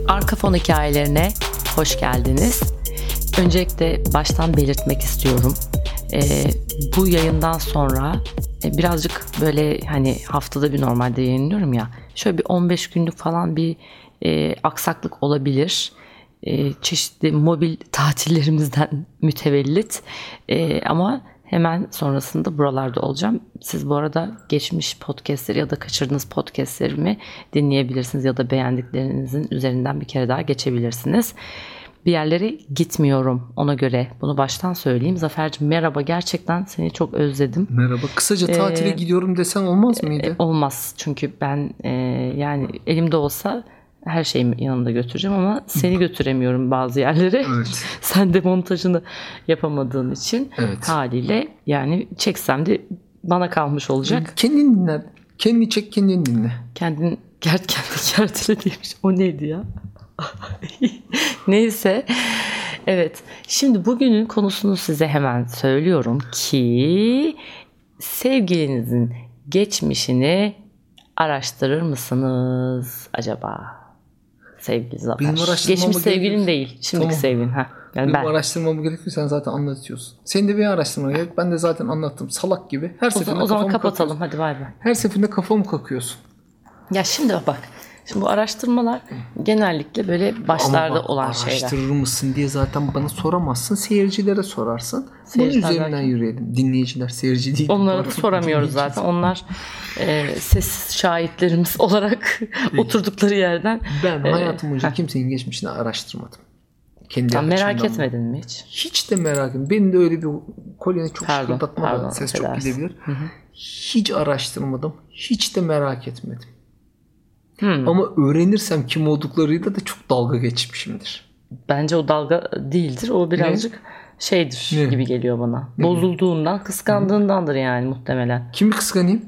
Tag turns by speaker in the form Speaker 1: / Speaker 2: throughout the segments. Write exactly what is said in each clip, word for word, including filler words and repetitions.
Speaker 1: Arka fon hikayelerine hoş geldiniz. Öncelikle baştan belirtmek istiyorum. Ee, bu yayından sonra e, birazcık böyle hani haftada bir normalde yayınlıyorum ya. Şöyle bir on beş günlük falan bir e, aksaklık olabilir. E, çeşitli mobil tatillerimizden mütevellit. E, ama hemen sonrasında buralarda olacağım. Siz bu arada geçmiş podcastleri ya da kaçırdığınız podcastlerimi dinleyebilirsiniz ya da beğendiklerinizin üzerinden bir kere daha geçebilirsiniz. Bir yerlere gitmiyorum, ona göre bunu baştan söyleyeyim. Zafer'cim merhaba, gerçekten seni çok özledim.
Speaker 2: Merhaba, kısaca tatile ee, gidiyorum desen olmaz mıydı?
Speaker 1: E, olmaz çünkü ben e, yani elimde olsa her şeyimi yanımda götüreceğim ama seni götüremiyorum bazı yerlere.
Speaker 2: Evet.
Speaker 1: Sen de montajını yapamadığın için
Speaker 2: evet.
Speaker 1: Haliyle yani çeksem de bana kalmış olacak.
Speaker 2: Kendin dinle. Kendini çek, kendin dinle.
Speaker 1: Kendin gert kendi kertile demiş. O neydi ya? Neyse. Evet. Şimdi bugünün konusunu size hemen söylüyorum ki sevgilinizin geçmişini araştırır mısınız acaba? Sevgili Zafer. Geçmiş sevgilin gerekir. Değil. Şimdiki tamam. Sevgilin. Ha. Yani
Speaker 2: Benim
Speaker 1: ben.
Speaker 2: araştırmamı gerekiyor. Sen zaten anlatıyorsun. Senin de bir araştırma gerek. Ben de zaten anlattım. Salak gibi. Her
Speaker 1: o
Speaker 2: seferinde
Speaker 1: o zaman kapatalım. Hadi bay bay.
Speaker 2: Her seferinde kafamı kakıyorsun.
Speaker 1: Ya şimdi bak. Şimdi bu araştırmalar genellikle böyle başlarda bak, olan
Speaker 2: araştırır
Speaker 1: şeyler.
Speaker 2: Araştırır mısın diye zaten bana soramazsın. Seyircilere sorarsın. Bunun üzerinden belki yürüyelim. Dinleyiciler, seyirci değil.
Speaker 1: Onlara da soramıyoruz zaten. Onlar e, sessiz şahitlerimiz olarak oturdukları yerden.
Speaker 2: Ben e, hayatım boyunca kimsenin geçmişini araştırmadım. Kendi
Speaker 1: Sen merak etmedin mi hiç?
Speaker 2: Hiç de merak etmedim. Benim de öyle bir kolyeni çok şıkırdatma da ses çok gidebilir. Hı hı. Hiç araştırmadım. Hiç de merak etmedim. Hmm. Ama öğrenirsem kim olduklarıyla da çok dalga geçmişimdir.
Speaker 1: Bence o dalga değildir. O birazcık ne? şeydir ne? gibi geliyor bana. Ne? Bozulduğundan, kıskandığındandır yani muhtemelen.
Speaker 2: Kimi kıskanayım?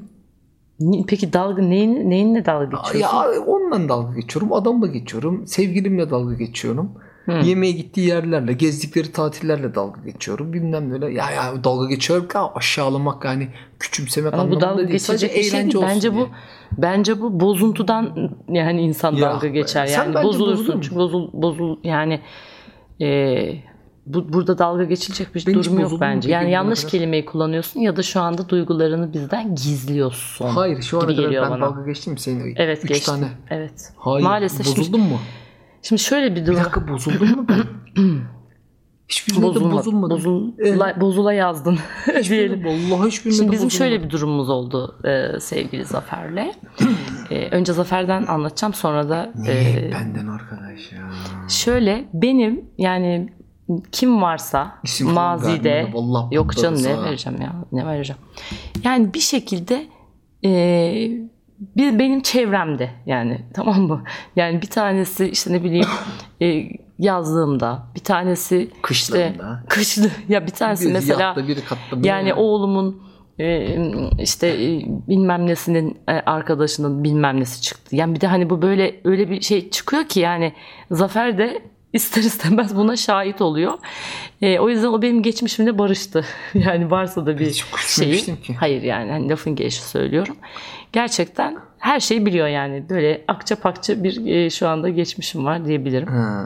Speaker 1: Peki dalga neyin, neyinle dalga geçiyorsun?
Speaker 2: Ya onunla dalga geçiyorum. Adamla geçiyorum. Sevgilimle dalga geçiyorum. Hmm. Yemeğe gittiği yerlerle, gezdikleri tatillerle dalga geçiyorum. Bilmem böyle. Ya ya dalga geçiyorum ki aşağılamak yani küçümsemek
Speaker 1: ama
Speaker 2: anlamında
Speaker 1: bu dalga
Speaker 2: değil. Sadece
Speaker 1: eğlence
Speaker 2: şey
Speaker 1: olsun bence
Speaker 2: diye.
Speaker 1: bu bence bu bozuntudan yani insan ya, dalga geçer. Yani bozulursun. Çünkü bozul bozul yani e, bu burada dalga geçilecek bir ben durum yok bence. Yani yanlış kadar. Kelimeyi kullanıyorsun ya da şu anda duygularını bizden gizliyorsun.
Speaker 2: Hayır, şu ana kadar ben
Speaker 1: bana.
Speaker 2: dalga geçtim mi senin?
Speaker 1: Evet,
Speaker 2: üç
Speaker 1: geçtim.
Speaker 2: tane.
Speaker 1: Evet.
Speaker 2: Hayır.
Speaker 1: Maalesef
Speaker 2: bozuldun
Speaker 1: şimdi,
Speaker 2: mu?
Speaker 1: Şimdi şöyle bir durum.
Speaker 2: Bir dakika, bozuldun mu ben? Hiçbirine
Speaker 1: Bozulma,
Speaker 2: de bozulmadım.
Speaker 1: Bozula, ee, bozula yazdın diyelim.
Speaker 2: Vallahi hiçbirine
Speaker 1: Şimdi
Speaker 2: de
Speaker 1: bizim
Speaker 2: bozulmadım.
Speaker 1: şöyle bir durumumuz oldu e, sevgili Zafer'le. e, önce Zafer'den anlatacağım, sonra da
Speaker 2: e, benden arkadaş ya.
Speaker 1: Şöyle benim yani kim varsa İsim mazide yok canım ne vereceğim ya ne vereceğim. Yani bir şekilde e, bir benim çevremde yani, tamam mı? Yani bir tanesi işte ne bileyim e, yazdığımda, bir tanesi
Speaker 2: kışlarında,
Speaker 1: işte, kışlı ya bir tanesi bir mesela yatta, biri katta, yani oğlumun e, işte e, bilmem nesinin e, arkadaşının bilmem nesi çıktı. Yani bir de hani bu böyle öyle bir şey çıkıyor ki yani Zafer de ister istemez buna şahit oluyor. E, o yüzden o benim geçmişimle barıştı. Yani varsa da bir şey. Hayır yani hani lafın gelişi söylüyorum. Gerçekten her şeyi biliyor yani. Böyle akça pakça bir e, şu anda geçmişim var diyebilirim.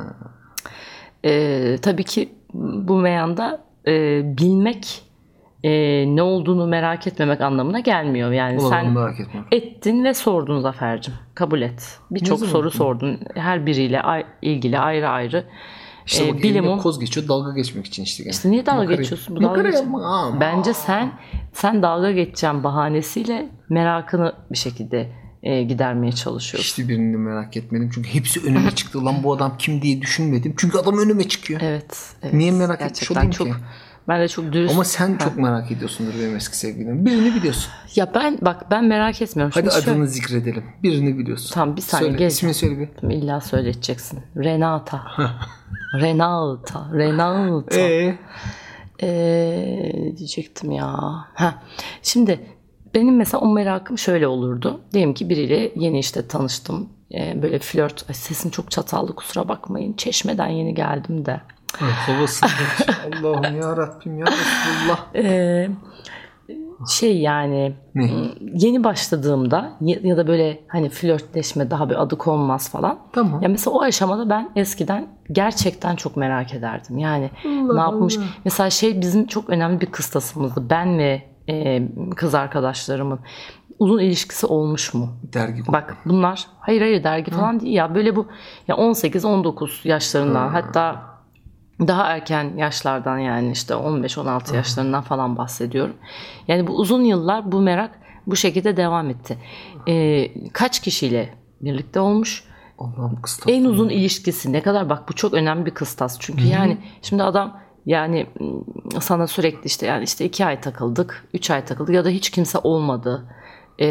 Speaker 1: E, tabii ki bu meyanda e, bilmek e, ne olduğunu merak etmemek anlamına gelmiyor. Yani
Speaker 2: Ulan
Speaker 1: sen
Speaker 2: merak etmem.
Speaker 1: ettin ve sordun Zafer'cim. Kabul et. Birçok soru sordun. Her biriyle ilgili ayrı ayrı.
Speaker 2: İşte bak, bilimin koz geçiyor dalga geçmek için işte.
Speaker 1: İşte niye dalga makara, geçiyorsun? Bu dalga geç... Bence sen sen dalga geçeceğim bahanesiyle merakını bir şekilde e, gidermeye çalışıyorsun.
Speaker 2: Hiçbir birini merak etmedim çünkü hepsi önüme çıktı. Lan bu adam kim diye düşünmedim. Çünkü adam önüme çıkıyor.
Speaker 1: Evet. evet.
Speaker 2: Niye merak etmiş olayım
Speaker 1: çok,
Speaker 2: ki?
Speaker 1: Ben de çok dürüst.
Speaker 2: Ama sen ha. çok merak ediyorsundur benim eski sevgilim. Birini biliyorsun.
Speaker 1: Ya ben bak ben merak etmiyorum.
Speaker 2: Hadi
Speaker 1: Şimdi
Speaker 2: adını
Speaker 1: şöyle...
Speaker 2: zikredelim. Birini biliyorsun.
Speaker 1: Tamam bir saniye
Speaker 2: söyle,
Speaker 1: gel.
Speaker 2: İsmini söyle bir.
Speaker 1: İlla söyleteceksin. Renata. Renata. Renata.
Speaker 2: Eee?
Speaker 1: Ee, diyecektim ya. Heh. Şimdi benim mesela o merakım şöyle olurdu. Diyelim ki biriyle yeni işte tanıştım. Ee, böyle flört. Ay, sesim çok çatallı, kusura bakmayın. Çeşmeden yeni geldim de.
Speaker 2: Havasında. Allah'ım ya Rabbim ya Resulullah.
Speaker 1: Ee, şey yani
Speaker 2: ne?
Speaker 1: Yeni başladığımda ya da böyle hani flörtleşme daha bir adı konmaz falan.
Speaker 2: Tamam.
Speaker 1: Ya mesela o aşamada ben eskiden gerçekten çok merak ederdim. Yani
Speaker 2: Allah
Speaker 1: ne yapmış?
Speaker 2: Allah.
Speaker 1: Mesela şey bizim çok önemli bir kıstasımızdı. Ben ve e, kız arkadaşlarımın uzun ilişkisi olmuş mu?
Speaker 2: Dergi.
Speaker 1: Bak bunlar hayır hayır dergi Hı. falan değil ya. Böyle bu ya on sekiz on dokuz yaşlarından Hı. hatta daha erken yaşlardan yani işte on beş on altı yaşlarından falan bahsediyorum. Yani bu uzun yıllar bu merak bu şekilde devam etti. Ee, kaç kişiyle birlikte olmuş?
Speaker 2: Allah'ım,
Speaker 1: en uzun ilişkisi ne kadar? Bak bu çok önemli bir kıstas. Çünkü Hı-hı. yani şimdi adam yani sana sürekli işte yani işte iki ay takıldık, üç ay takıldık ya da hiç kimse olmadı e,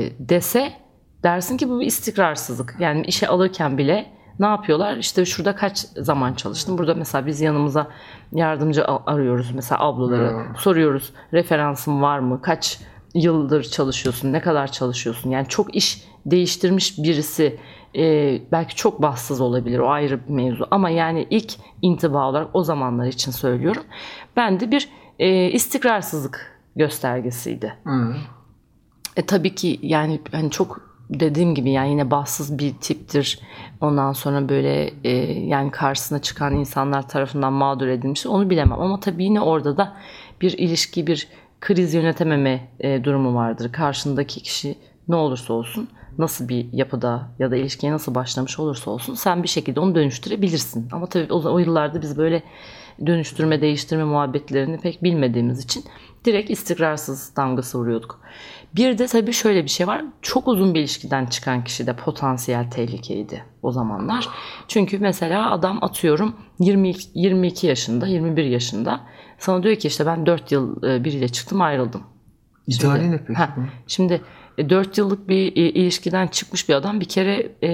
Speaker 1: dese dersin ki bu bir istikrarsızlık. Yani işe alırken bile ne yapıyorlar? İşte şurada kaç zaman çalıştın? Burada mesela biz yanımıza yardımcı arıyoruz. Mesela ablaları hmm. soruyoruz. Referansın var mı? Kaç yıldır çalışıyorsun? Ne kadar çalışıyorsun? Yani çok iş değiştirmiş birisi e, belki çok bahtsız olabilir. O ayrı bir mevzu. Ama yani ilk intiba olarak o zamanlar için söylüyorum. Ben de bir e, istikrarsızlık göstergesiydi. Hmm. E, tabii ki yani hani çok dediğim gibi yani yine bahtsız bir tiptir. Ondan sonra böyle e, yani karşısına çıkan insanlar tarafından mağdur edilmiş. Onu bilemem ama tabii yine orada da bir ilişki, bir kriz yönetememe e, durumu vardır. Karşındaki kişi ne olursa olsun, nasıl bir yapıda ya da ilişkiye nasıl başlamış olursa olsun sen bir şekilde onu dönüştürebilirsin. Ama tabii o, o yıllarda biz böyle dönüştürme, değiştirme muhabbetlerini pek bilmediğimiz için direkt istikrarsız damgası vuruyorduk. Bir de tabii şöyle bir şey var. Çok uzun bir ilişkiden çıkan kişi de potansiyel tehlikeydi o zamanlar. Çünkü mesela adam atıyorum yirmi yirmi iki yaşında, yirmi bir yaşında sana diyor ki işte ben dört yıl biriyle çıktım ayrıldım.
Speaker 2: İdeali ne peki?
Speaker 1: Ha, şimdi dört yıllık bir ilişkiden çıkmış bir adam bir kere e,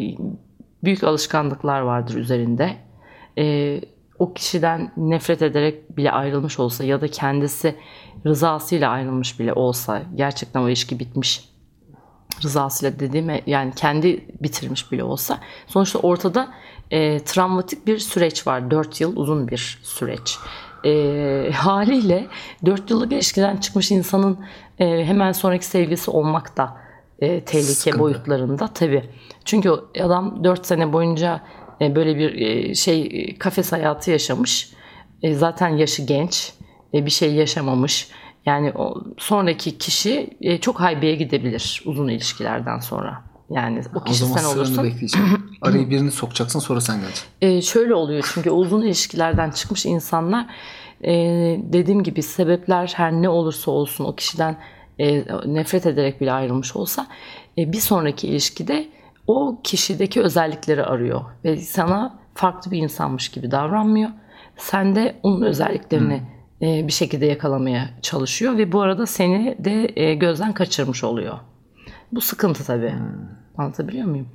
Speaker 1: büyük alışkanlıklar vardır üzerinde. E, o kişiden nefret ederek bile ayrılmış olsa ya da kendisi rızasıyla ayrılmış bile olsa gerçekten o ilişki bitmiş rızasıyla dediğim yani kendi bitirmiş bile olsa sonuçta ortada e, travmatik bir süreç var. dört yıl uzun bir süreç. E, haliyle dört yıllık ilişkiden çıkmış insanın e, hemen sonraki sevgilisi olmak da e, tehlike Sıkıntı. boyutlarında tabii. Çünkü adam dört sene boyunca e, böyle bir e, şey kafes hayatı yaşamış. E, zaten yaşı genç. E, bir şey yaşamamış. Yani o sonraki kişi e, çok haybeye gidebilir uzun ilişkilerden sonra. Yani o kişi
Speaker 2: o
Speaker 1: sen olursun.
Speaker 2: Araya birini sokacaksın sonra sen geleceksin.
Speaker 1: E, şöyle oluyor çünkü uzun ilişkilerden çıkmış insanlar e, dediğim gibi sebepler her ne olursa olsun o kişiden e, nefret ederek bile ayrılmış olsa e, bir sonraki ilişkide o kişideki özellikleri arıyor ve sana farklı bir insanmış gibi davranmıyor. Sen de onun özelliklerini hmm. e, bir şekilde yakalamaya çalışıyor ve bu arada seni de e, gözden kaçırmış oluyor. Bu sıkıntı tabii. Hmm. Anlatabiliyor muyum?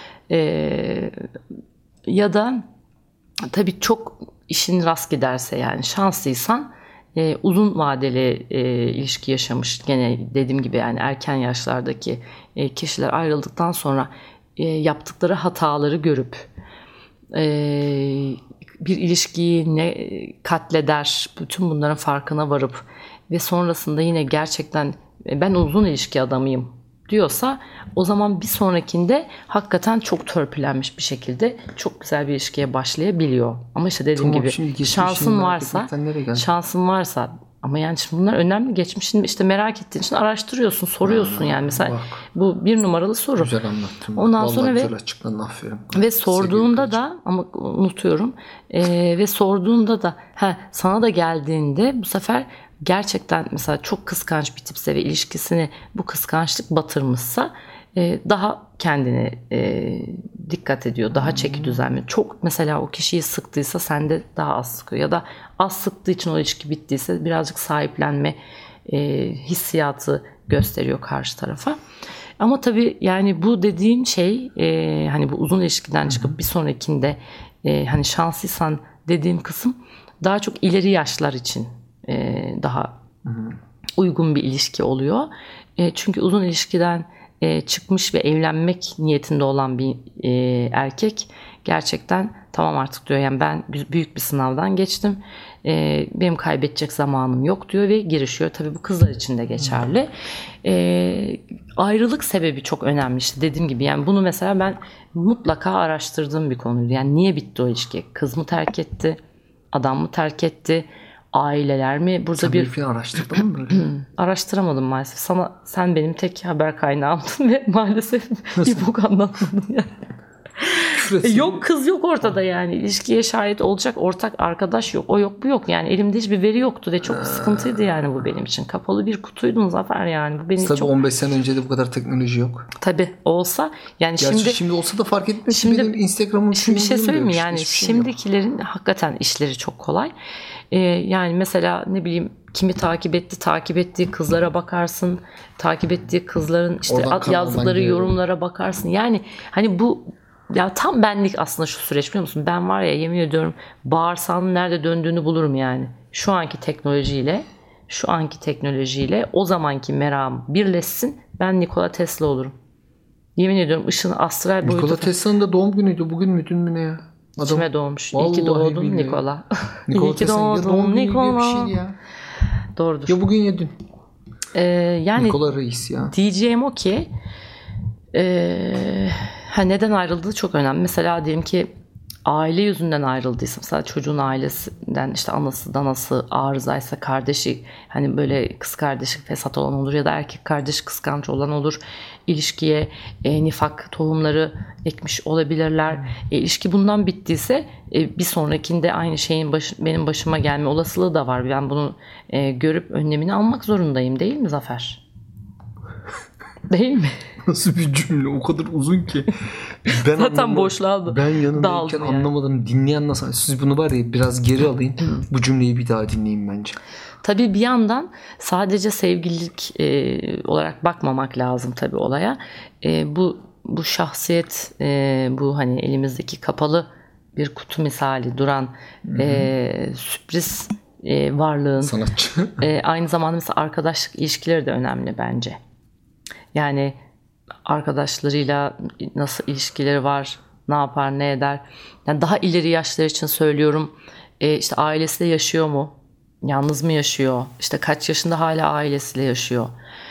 Speaker 1: E, ya da tabii çok işin rast giderse yani şanslıysan e, uzun vadeli e, ilişki yaşamış gene dediğim gibi yani erken yaşlardaki e, kişiler ayrıldıktan sonra e, yaptıkları hataları görüp e, bir ilişkiyi ne katleder bütün bunların farkına varıp ve sonrasında yine gerçekten ben uzun ilişki adamıyım diyorsa o zaman bir sonrakinde hakikaten çok törpülenmiş bir şekilde çok güzel bir ilişkiye başlayabiliyor. Ama işte dediğim tamam, gibi şansın varsa şansın varsa ama yani şimdi bunlar önemli. Geçmişini işte merak ettiğin için araştırıyorsun, soruyorsun ha, yani mesela bak. Bu bir numaralı soru.
Speaker 2: Güzel anlattın.
Speaker 1: Ondan
Speaker 2: Vallahi
Speaker 1: sonra
Speaker 2: güzel
Speaker 1: ve
Speaker 2: açıkladın, aferin.
Speaker 1: Ve sorduğunda da ama unutuyorum. Ee, ve sorduğunda da ha sana da geldiğinde bu sefer gerçekten mesela çok kıskanç bir tipse ve ilişkisini bu kıskançlık batırmışsa e, daha kendine e, dikkat ediyor. Daha çeki düzenli. Çok mesela o kişiyi sıktıysa sende daha az sıkıyor. Ya da az sıktığı için o ilişki bittiyse birazcık sahiplenme e, hissiyatı gösteriyor karşı tarafa. Ama tabii yani bu dediğin şey e, hani bu uzun ilişkiden çıkıp bir sonrakinde e, hani şanslıysan dediğim kısım daha çok ileri yaşlar için e, daha Hı-hı. uygun bir ilişki oluyor. E, çünkü uzun ilişkiden e, çıkmış ve evlenmek niyetinde olan bir e, erkek gerçekten tamam artık diyor. Yani ben büyük bir sınavdan geçtim. E, benim kaybedecek zamanım yok diyor ve girişiyor. Tabii bu kızlar için de geçerli. E, ayrılık sebebi çok önemli işte dediğim gibi. Yani bunu mesela ben mutlaka araştırdığım bir konuydu. Yani niye bitti o ilişki? Kız mı terk etti? Adam mı terk etti? Aileler mi? Burada
Speaker 2: sen
Speaker 1: bir
Speaker 2: bir araştırdın mı böyle?
Speaker 1: Araştıramadım maalesef. Sana sen benim tek haber kaynağımdın ve maalesef bir bok anlatmadın yani. E yok kız yok ortada yani. İlişkiye şahit olacak ortak arkadaş yok. O yok bu yok. Yani elimde hiçbir veri yoktu ve çok sıkıntıydı yani bu benim için. Kapalı bir kutuydun Zafer yani. Bu benim
Speaker 2: tabii
Speaker 1: çok...
Speaker 2: on beş sene önce de bu kadar teknoloji yok.
Speaker 1: Tabii olsa yani
Speaker 2: Gerçi
Speaker 1: şimdi
Speaker 2: şimdi olsa da fark etmez.
Speaker 1: Şimdi
Speaker 2: benim Instagram'ım
Speaker 1: şimdi bir şey söyleyeyim mi?
Speaker 2: Işte,
Speaker 1: yani
Speaker 2: şey
Speaker 1: şimdikilerin yok. Hakikaten işleri çok kolay. Ee, yani mesela ne bileyim kimi takip etti, takip ettiği kızlara bakarsın, takip ettiği kızların işte yazdıkları yorumlara bakarsın. Yani hani bu ya tam benlik aslında şu süreç biliyor musun? Ben var ya yemin ediyorum bağırsağının nerede döndüğünü bulurum yani. Şu anki teknolojiyle, şu anki teknolojiyle o zamanki merakım birleşsin. Ben Nikola Tesla olurum. Yemin ediyorum ışını astral boyutu.
Speaker 2: Nikola Tesla'nın da doğum günüydü. Bugün mü dün mü ne ya?
Speaker 1: Adam, kime doğmuş? İyi ki doğdun billahi. Nikola.
Speaker 2: İyi ki doğdun Nikola. Ya.
Speaker 1: Doğrudur.
Speaker 2: Ya bugün ya dün.
Speaker 1: Ee, yani
Speaker 2: Nikola Reis ya.
Speaker 1: Diyeceğim o ki ee, ha neden ayrıldığı çok önemli. Mesela diyelim ki aile yüzünden ayrıldıysa mesela çocuğun ailesinden işte anası danası arızaysa kardeşi hani böyle kız kardeşi fesat olan olur ya da erkek kardeş kıskanç olan olur. İlişkiye e, nifak tohumları ekmiş olabilirler. E, ilişki bundan bittiyse e, bir sonrakinde aynı şeyin baş, benim başıma gelme olasılığı da var. Ben bunu e, görüp önlemini almak zorundayım değil mi Zafer? Değil mi?
Speaker 2: Nasıl bir cümle? O kadar uzun ki. Ben
Speaker 1: zaten boşluğa
Speaker 2: ben yanındayken yani. Anlamadım. Dinleyen nasıl? Siz bunu var ya biraz geri alayım. Bu cümleyi bir daha dinleyin bence.
Speaker 1: Tabii bir yandan sadece sevgililik e, olarak bakmamak lazım tabii olaya. E, bu bu şahsiyet e, bu hani elimizdeki kapalı bir kutu misali duran e, sürpriz e, varlığın
Speaker 2: sanatçı.
Speaker 1: e, aynı zamanda mesela arkadaşlık ilişkileri de önemli bence. Yani arkadaşlarıyla nasıl ilişkileri var, ne yapar, ne eder. Yani daha ileri yaşlar için söylüyorum. E, işte ailesiyle yaşıyor mu? Yalnız mı yaşıyor? İşte kaç yaşında hala ailesiyle yaşıyor?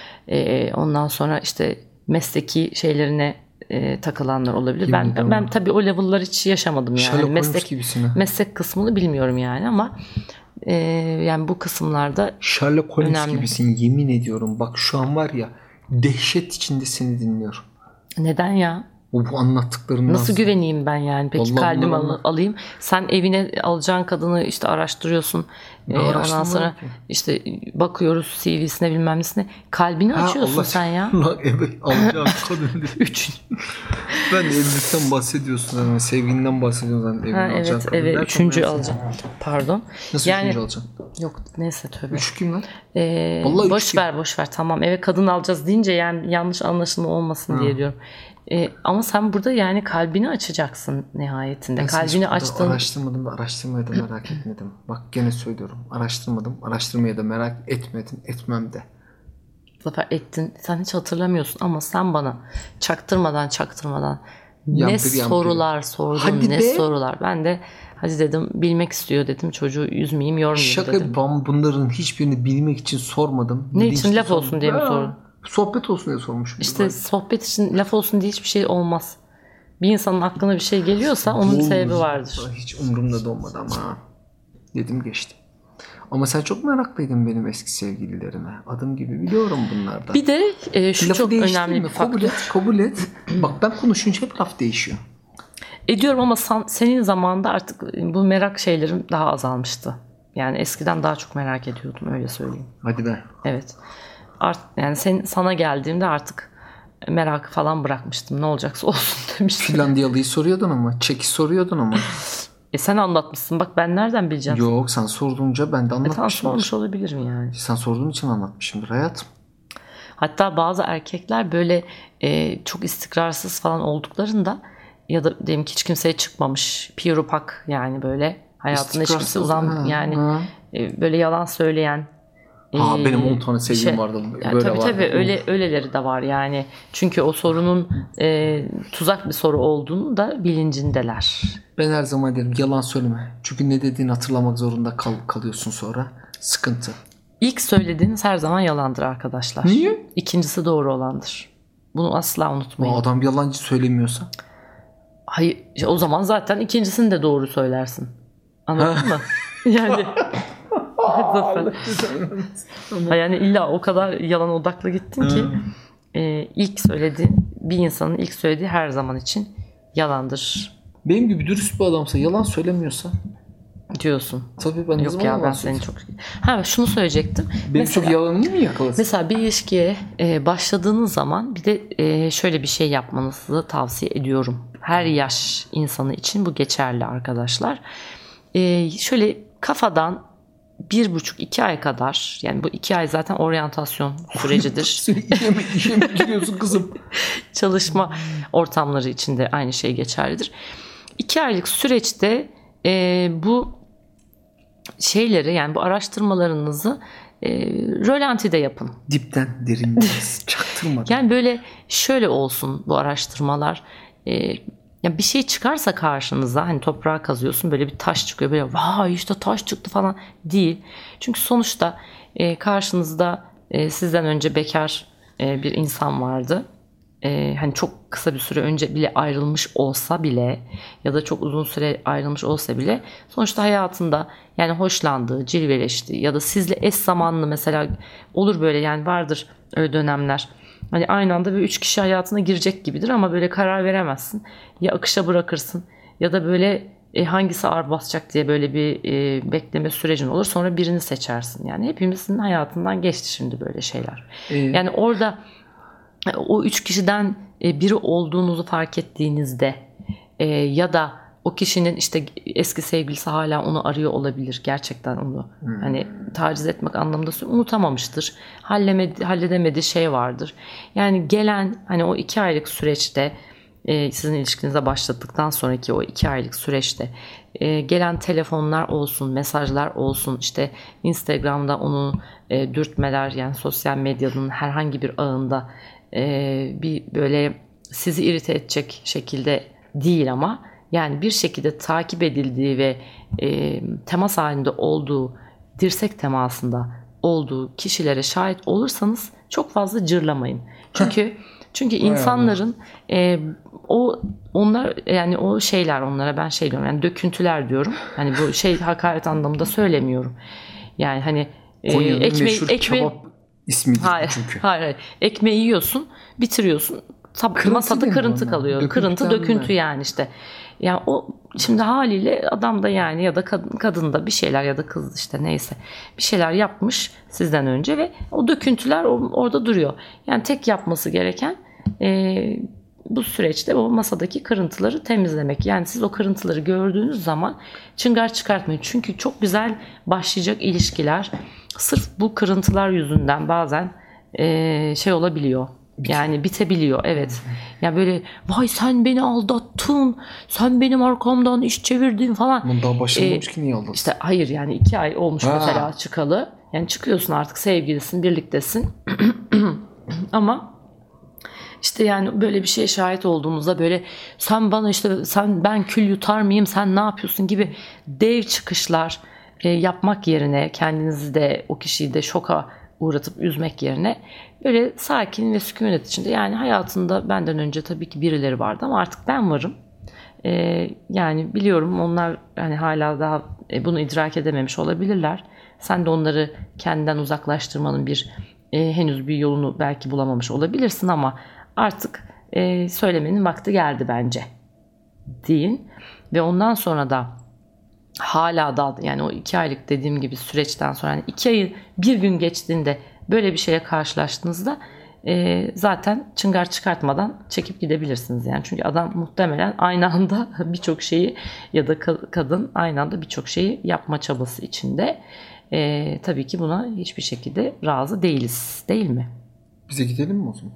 Speaker 1: E, ondan sonra işte mesleki şeylerine e, takılanlar olabilir. Kim ben ben, ben tabii o level'lar hiç yaşamadım yani.
Speaker 2: Sherlock
Speaker 1: meslek meslek kısmını bilmiyorum yani ama e, yani bu kısımlarda
Speaker 2: Sherlock Holmes
Speaker 1: önemli.
Speaker 2: Gibisin yemin ediyorum. Bak şu an var ya dehşet içinde seni dinliyorum.
Speaker 1: Neden ya?
Speaker 2: O bu anlattıklarından
Speaker 1: nasıl güveneyim ben yani? Peki vallahi kalbimi al- alayım. Sen evine alacağın kadını işte araştırıyorsun. Ee, ondan sonra ki. işte bakıyoruz C V'sine bilmem nesine. Kalbini ha, açıyorsun Allah sen ya.
Speaker 2: Allah eve alacağım kadın.
Speaker 1: Üç.
Speaker 2: Ben de evlilikten bahsediyorsun. Yani sevgilinden bahsediyorsun. Evini
Speaker 1: ha, evet evet. Üçüncü alacağım. Pardon.
Speaker 2: Nasıl yani, üçüncü alacağım?
Speaker 1: Yok neyse tövbe.
Speaker 2: Üç kim lan?
Speaker 1: Ee, boş ver boş ver tamam. Eve kadın alacağız deyince yani yanlış anlaşılma olmasın ha. diye diyorum. Ee, ama sen burada yani kalbini açacaksın nihayetinde. Ben kalbini açtın.
Speaker 2: Araştırmadım da araştırmaya da merak etmedim. Bak gene söylüyorum. Araştırmadım. Araştırmaya da merak etmedim. Etmem de.
Speaker 1: Zafer ettin. Sen hiç hatırlamıyorsun ama sen bana çaktırmadan çaktırmadan
Speaker 2: yampir,
Speaker 1: ne sorular yampir. sordun hadi ne be. sorular. Ben de hadi dedim bilmek istiyor dedim. Çocuğu üzmeyeyim yormayayım
Speaker 2: Şaka
Speaker 1: dedim.
Speaker 2: Şaka ben bunların hiçbirini bilmek için sormadım.
Speaker 1: Ne için için laf sordum. olsun diye mi sordun?
Speaker 2: Sohbet olsun diye sormuşum.
Speaker 1: İşte ben. sohbet için laf olsun diye hiçbir şey olmaz. Bir insanın aklına bir şey geliyorsa onun bir sebebi vardır.
Speaker 2: Hiç umurumda da olmadı ama dedim geçtim. Ama sen çok meraklıydın benim eski sevgililerime. Adım gibi biliyorum bunlardan.
Speaker 1: Bir de e, şu lafı çok önemli bir faktör.
Speaker 2: Kabul et, kabul et. Bak ben konuşunca hep laf değişiyor.
Speaker 1: Ediyorum ama san, senin zamanında artık bu merak şeylerim daha azalmıştı. Yani eskiden daha çok merak ediyordum öyle söyleyeyim.
Speaker 2: Hadi be.
Speaker 1: Evet. Art, yani sen, sana geldiğimde artık merakı falan bırakmıştım. Ne olacaksa olsun demiştim.
Speaker 2: Finlandiyalı'yı soruyordun ama. Çek'i soruyordun ama.
Speaker 1: E sen anlatmışsın. Bak ben nereden bileceğim?
Speaker 2: Yok sen sorduğunca ben de anlatmışım. E
Speaker 1: tamam sormuş olabilirim yani.
Speaker 2: Sen sorduğun için anlatmışımdır hayatım.
Speaker 1: Hatta bazı erkekler böyle e, çok istikrarsız falan olduklarında ya da diyelim ki hiç kimseye çıkmamış. Pirupak yani böyle hayatında hiç kimse uzan yani e, böyle yalan söyleyen
Speaker 2: Ha ee, benim on tane sevgilim şey, vardı. Böyle
Speaker 1: yani tabii vardı. Tabii öyle öyleleri de var yani. Çünkü o sorunun e, tuzak bir soru olduğunu da bilincindeler.
Speaker 2: Ben her zaman derim yalan söyleme. Çünkü ne dediğini hatırlamak zorunda kal, kalıyorsun sonra. Sıkıntı.
Speaker 1: İlk söylediğiniz her zaman yalandır arkadaşlar.
Speaker 2: Niye?
Speaker 1: İkincisi doğru olandır. Bunu asla unutmayın.
Speaker 2: O adam yalancı söylemiyorsa?
Speaker 1: Hayır, o zaman zaten ikincisini de doğru söylersin. Anladın mı? Yani yani illa o kadar yalan odaklı gittin ki e, ilk söylediğin bir insanın ilk söylediği her zaman için yalandır.
Speaker 2: Benim gibi dürüst bir adamsa yalan söylemiyorsa
Speaker 1: diyorsun.
Speaker 2: Tabii ben
Speaker 1: yok ya ben seni çok ha şunu söyleyecektim.
Speaker 2: Benim mesela, çok yalanımı mı yakalasın?
Speaker 1: Mesela bir ilişkiye e, başladığınız zaman bir de e, şöyle bir şey yapmanızı tavsiye ediyorum. Her yaş insanı için bu geçerli arkadaşlar. E, şöyle kafadan bir buçuk iki ay kadar, yani bu iki ay zaten oryantasyon sürecidir.
Speaker 2: Sen işe mi, işe mi giriyorsun kızım?
Speaker 1: Çalışma ortamları için de aynı şey geçerlidir. İki aylık süreçte e, bu şeyleri, yani bu araştırmalarınızı e, rölantide yapın.
Speaker 2: Dipten derinden çaktırmadan.
Speaker 1: Yani böyle şöyle olsun bu araştırmalar. E, ya bir şey çıkarsa karşınıza, hani toprağa kazıyorsun, böyle bir taş çıkıyor, böyle vay işte taş çıktı falan değil. Çünkü sonuçta e, karşınızda e, sizden önce bekar e, bir insan vardı. Ee, hani çok kısa bir süre önce bile ayrılmış olsa bile ya da çok uzun süre ayrılmış olsa bile sonuçta hayatında yani hoşlandığı, cilveleştiği ya da sizle eş zamanlı, mesela olur böyle, yani vardır öyle dönemler. Hani aynı anda böyle üç kişi hayatına girecek gibidir ama böyle karar veremezsin. Ya akışa bırakırsın ya da böyle e, hangisi ağır basacak diye böyle bir e, bekleme sürecin olur. Sonra birini seçersin. Yani hepimizin hayatından geçti şimdi böyle şeyler. Ee? Yani orada o üç kişiden biri olduğunuzu fark ettiğinizde e, ya da o kişinin işte eski sevgilisi hala onu arıyor olabilir. Gerçekten onu hmm. hani taciz etmek anlamında unutamamıştır. Hallemedi, halledemediği şey vardır. Yani gelen hani o iki aylık süreçte e, sizin ilişkinize başladıktan sonraki o iki aylık süreçte e, gelen telefonlar olsun, mesajlar olsun, işte Instagram'da onu e, dürtmeler, yani sosyal medyanın herhangi bir ağında Ee, bir böyle sizi irite edecek şekilde değil ama yani bir şekilde takip edildiği ve e, temas halinde olduğu, dirsek temasında olduğu kişilere şahit olursanız çok fazla cırlamayın. Çünkü çünkü insanların e, o onlar yani o şeyler, onlara ben şey diyorum, yani döküntüler diyorum. Hani bu şey hakaret anlamında söylemiyorum. Yani hani e, ekmeği ekmeği
Speaker 2: İsmidir
Speaker 1: hayır,
Speaker 2: çünkü.
Speaker 1: Hayır, hayır. Ekmeği yiyorsun, bitiriyorsun. Tab- masada kırıntı kalıyor. Kırıntı, döküntü yani işte. Yani o şimdi haliyle adam da yani ya da kadın, kadın da bir şeyler ya da kız işte neyse bir şeyler yapmış sizden önce ve o döküntüler orada duruyor. Yani tek yapması gereken e, bu süreçte o masadaki kırıntıları temizlemek. Yani siz o kırıntıları gördüğünüz zaman çıngar çıkartmayın. Çünkü çok güzel başlayacak ilişkiler sırf bu kırıntılar yüzünden bazen e, şey olabiliyor. Yani bitebiliyor. Evet. Ya yani böyle vay sen beni aldattın. Sen benim arkamdan iş çevirdin falan.
Speaker 2: Bunun daha başlamamış ee, ki niye aldattın?
Speaker 1: İşte hayır, yani iki ay olmuş ha. mesela çıkalı. Yani çıkıyorsun artık, sevgilisin, birliktesin. Ama İşte yani böyle bir şeye şahit olduğunuzda böyle sen bana işte sen ben kül yutar mıyım, sen ne yapıyorsun gibi dev çıkışlar e, yapmak yerine, kendinizi de o kişiyi de şoka uğratıp üzmek yerine böyle sakin ve sükunet içinde, yani hayatında benden önce tabii ki birileri vardı ama artık ben varım. E, yani biliyorum onlar hani hala daha e, bunu idrak edememiş olabilirler. Sen de onları kendinden uzaklaştırmanın bir e, henüz bir yolunu belki bulamamış olabilirsin ama artık e, söylemenin vakti geldi bence deyin. Ve ondan sonra da hala da yani o iki aylık dediğim gibi süreçten sonra, yani iki ayı bir gün geçtiğinde böyle bir şeye karşılaştığınızda e, zaten çıngar çıkartmadan çekip gidebilirsiniz. Yani çünkü adam muhtemelen aynı anda birçok şeyi ya da kadın aynı anda birçok şeyi yapma çabası içinde. E, tabii ki buna hiçbir şekilde razı değiliz, değil mi?
Speaker 2: Bize gidelim mi o zaman?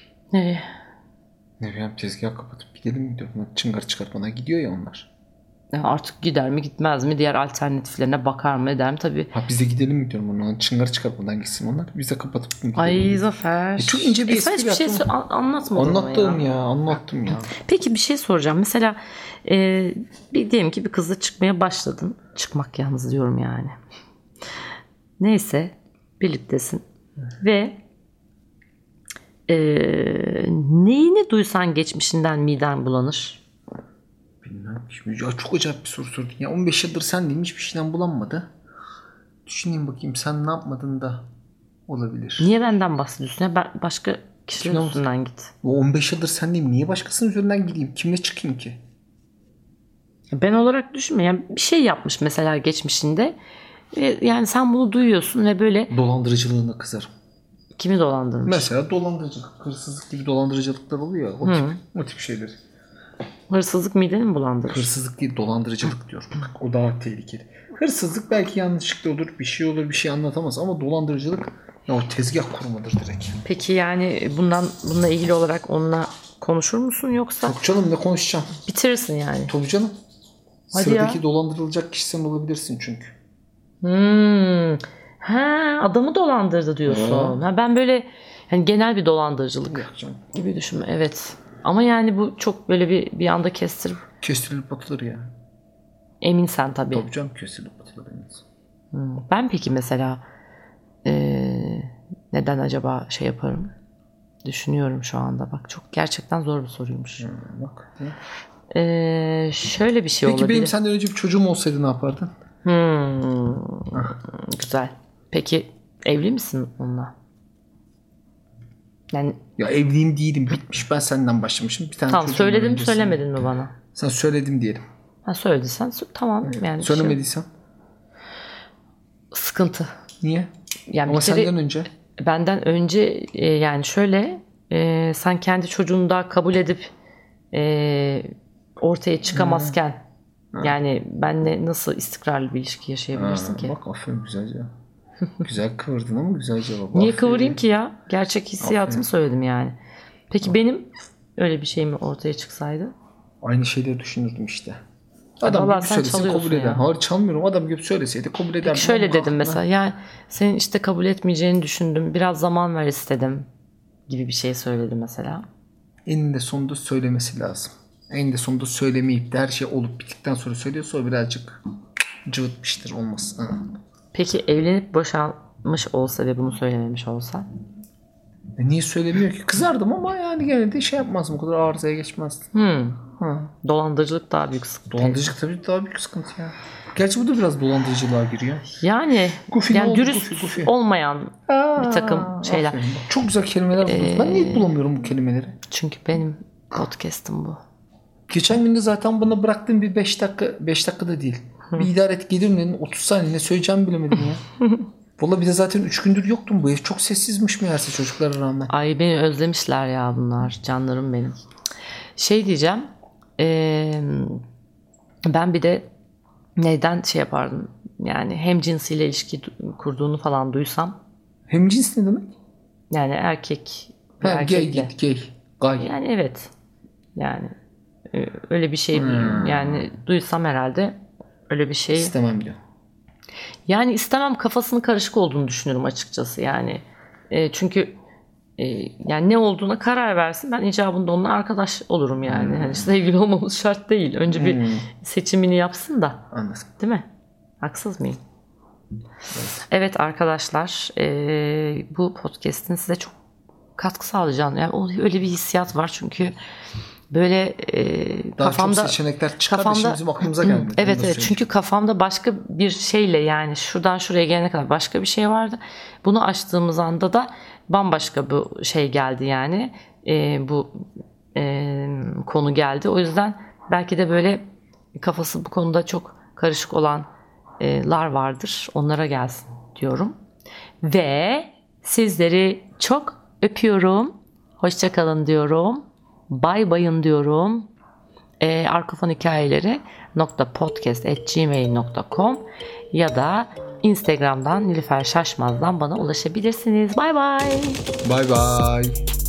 Speaker 1: Nereye?
Speaker 2: Ne bileyim, tezgah kapatıp gidelim mi diyorum. Çıngar çıkartmadan gidiyor ya onlar.
Speaker 1: Artık gider mi gitmez mi? Diğer alternatiflerine bakar mı eder mi? Tabii.
Speaker 2: Ha biz de gidelim mi diyorum ona. Çıngarı çıkartmadan gitsin onlar. Biz de kapatıp mı gidelim?
Speaker 1: Ay Zafer.
Speaker 2: E çok ince bir
Speaker 1: e
Speaker 2: espri
Speaker 1: hiçbir şey so- anlatmadın
Speaker 2: Anlattım
Speaker 1: ya.
Speaker 2: ya. Anlattım ya.
Speaker 1: Peki bir şey soracağım. Mesela e, bir diyelim ki bir kızla çıkmaya başladın. Çıkmak yalnız diyorum yani. Neyse. Birliktesin. Ve e, neyini duysan geçmişinden miden bulanır?
Speaker 2: Bilmem. Şimdi ya çok acayip bir soru sordun. Ya on beş yıldır sen değil mi? Hiçbir şeyden bulanmadı. Düşüneyim bakayım sen ne yapmadın da olabilir.
Speaker 1: Niye benden bahsediyorsun ya? Ben başka kişilerin üstünden git.
Speaker 2: O on beş yıldır sen değil mi? Niye başkasının üzerinden gideyim? Kimle çıkayım ki?
Speaker 1: Ben olarak düşünme. Yani bir şey yapmış mesela geçmişinde. Yani sen bunu duyuyorsun ve böyle...
Speaker 2: Dolandırıcılığına kızarım.
Speaker 1: Kimi dolandırmış?
Speaker 2: Mesela dolandırıcılık, hırsızlık gibi dolandırıcılıklar oluyor ya. O tip, o tip şeyler.
Speaker 1: Hırsızlık mideni mi bulandırır?
Speaker 2: Hırsızlık değil, dolandırıcılık diyorum. O daha tehlikeli. Hırsızlık belki yanlışlıkla olur, bir şey olur, bir şey anlatamaz ama dolandırıcılık ya o tezgah kurmadır direkt.
Speaker 1: Peki yani bundan bununla ilgili olarak onunla konuşur musun yoksa?
Speaker 2: Yok canım ne konuşacağım?
Speaker 1: Bitirirsin yani.
Speaker 2: Tabii canım.
Speaker 1: Hadi
Speaker 2: Sıradaki
Speaker 1: ya.
Speaker 2: dolandırılacak kişi sen olabilirsin çünkü.
Speaker 1: Hmm. Ha, adamı dolandırdı diyorsun. Ha, ben böyle yani genel bir dolandırıcılık gibi düşünme. Evet. Ama yani bu çok böyle bir bir anda kestirip
Speaker 2: Kestirilip atılır ya.
Speaker 1: Eminsen tabii.
Speaker 2: Tabii canım kesilip atılır eminsin.
Speaker 1: Hmm. Ben peki mesela ee, neden acaba şey yaparım? Düşünüyorum şu anda. Bak çok gerçekten zor bir soruymuş.
Speaker 2: Hmm, bak.
Speaker 1: Ee, şöyle bir şey
Speaker 2: peki
Speaker 1: olabilir.
Speaker 2: Peki benim senden önce bir çocuğum olsaydı ne yapardın?
Speaker 1: Hmm, güzel. Peki evli misin onunla? Yani
Speaker 2: ya evliyim değilim. Bitmiş. Ben senden başlamışım. Bir tane
Speaker 1: tamam söyledim mi söylemedin mi bana?
Speaker 2: Sen söyledim diyelim.
Speaker 1: Ha söylediysen tamam yani.
Speaker 2: Söylemediysen?
Speaker 1: Şey... Sıkıntı.
Speaker 2: Niye?
Speaker 1: Yani
Speaker 2: ama
Speaker 1: kere,
Speaker 2: senden önce?
Speaker 1: Benden önce e, yani şöyle e, sen kendi çocuğunu daha kabul edip e, ortaya çıkamazken hmm. yani benle nasıl istikrarlı bir ilişki yaşayabilirsin ha, ki?
Speaker 2: Bak aferin güzelce. Güzel kıvırdın ama güzel cevap.
Speaker 1: Niye kıvırayım ki ya? Gerçek hissiyatımı aferin. Söyledim yani. Peki aferin. Benim öyle bir şey mi ortaya çıksaydı?
Speaker 2: Aynı şeyleri düşünürdüm işte. Adam gibi söylesin kabul eder. Hayır çalmıyorum. Adam gibi söyleseydi kabul ederdim.
Speaker 1: Peki şöyle dedim aklına. Mesela. Yani senin işte kabul etmeyeceğini düşündüm. Biraz zaman ver istedim. Gibi bir şey söyledi mesela.
Speaker 2: Eninde sonunda söylemesi lazım. Eninde sonunda söylemeyip de her şey olup bittikten sonra söylüyorsa o birazcık cıvıtmıştır olmaz. Ha.
Speaker 1: Peki evlenip boşanmış olsa ve bunu söylememiş olsa?
Speaker 2: E niye söylemiyor ki? Kızardım ama yani gene de şey yapmazdım. O kadar arızaya geçmezdim.
Speaker 1: Hmm. Ha. Dolandırıcılık daha büyük sıkıntı.
Speaker 2: Dolandırıcılık tabii daha büyük sıkıntı ya. Gerçi bu da biraz dolandırıcılığa giriyor.
Speaker 1: Yani,
Speaker 2: Goofy
Speaker 1: yani
Speaker 2: oldu,
Speaker 1: dürüst
Speaker 2: Goofy, Goofy.
Speaker 1: olmayan Aa, bir takım şeyler.
Speaker 2: Aferin. Çok güzel kelimeler buldum. Ee, ben niye bulamıyorum bu kelimeleri?
Speaker 1: Çünkü benim podcast'ım bu.
Speaker 2: Geçen gün de zaten bana bıraktığım bir beş dakika beş dakikada değil. Hı. Bir idare et gelir mi? otuz saniye ne söyleyeceğimi bilemedim ya. Valla bir de zaten üç gündür yoktum. Bu ev çok sessizmiş meğerse çocuklara rağmen.
Speaker 1: Ay beni özlemişler ya bunlar. Canlarım benim. Şey diyeceğim. Ee, ben bir de neyden şey yapardım? Yani hem cinsiyle ilişki kurduğunu falan duysam.
Speaker 2: Hem cins ne demek?
Speaker 1: Yani erkek.
Speaker 2: Ha, erkekle. Gay, gay, gay.
Speaker 1: Yani evet. Yani öyle bir şey hmm. yani duysam herhalde öyle bir şey.
Speaker 2: İstemem diyor.
Speaker 1: Yani istemem kafasının karışık olduğunu düşünüyorum açıkçası yani. E, çünkü e, yani ne olduğuna karar versin. Ben icabında onunla arkadaş olurum yani. Hmm. Yani sevgili olmamız şart değil. Önce hmm. bir seçimini yapsın da.
Speaker 2: Anladım.
Speaker 1: Değil mi? Haksız mıyım? Evet, evet arkadaşlar e, bu podcast'in size çok katkı sağlayacağını yani öyle bir hissiyat var çünkü böyle e,
Speaker 2: daha
Speaker 1: kafamda
Speaker 2: çok seçenekler çıkar kafamda, da şimdi bizim aklımıza gelmedi.
Speaker 1: Evet evet çünkü kafamda başka bir şeyle yani şuradan şuraya gelene kadar başka bir şey vardı. Bunu açtığımız anda da bambaşka bir şey geldi yani e, bu e, konu geldi. O yüzden belki de böyle kafası bu konuda çok karışık olanlar vardır. Onlara gelsin diyorum. Ve sizleri çok öpüyorum. Hoşça kalın diyorum. Bay bayın diyorum. E, Arkafon hikayeleri nokta podcast at gmail nokta com ya da Instagram'dan Nilüfer Şaşmaz'dan bana ulaşabilirsiniz. Bay bay.
Speaker 2: Bay bay.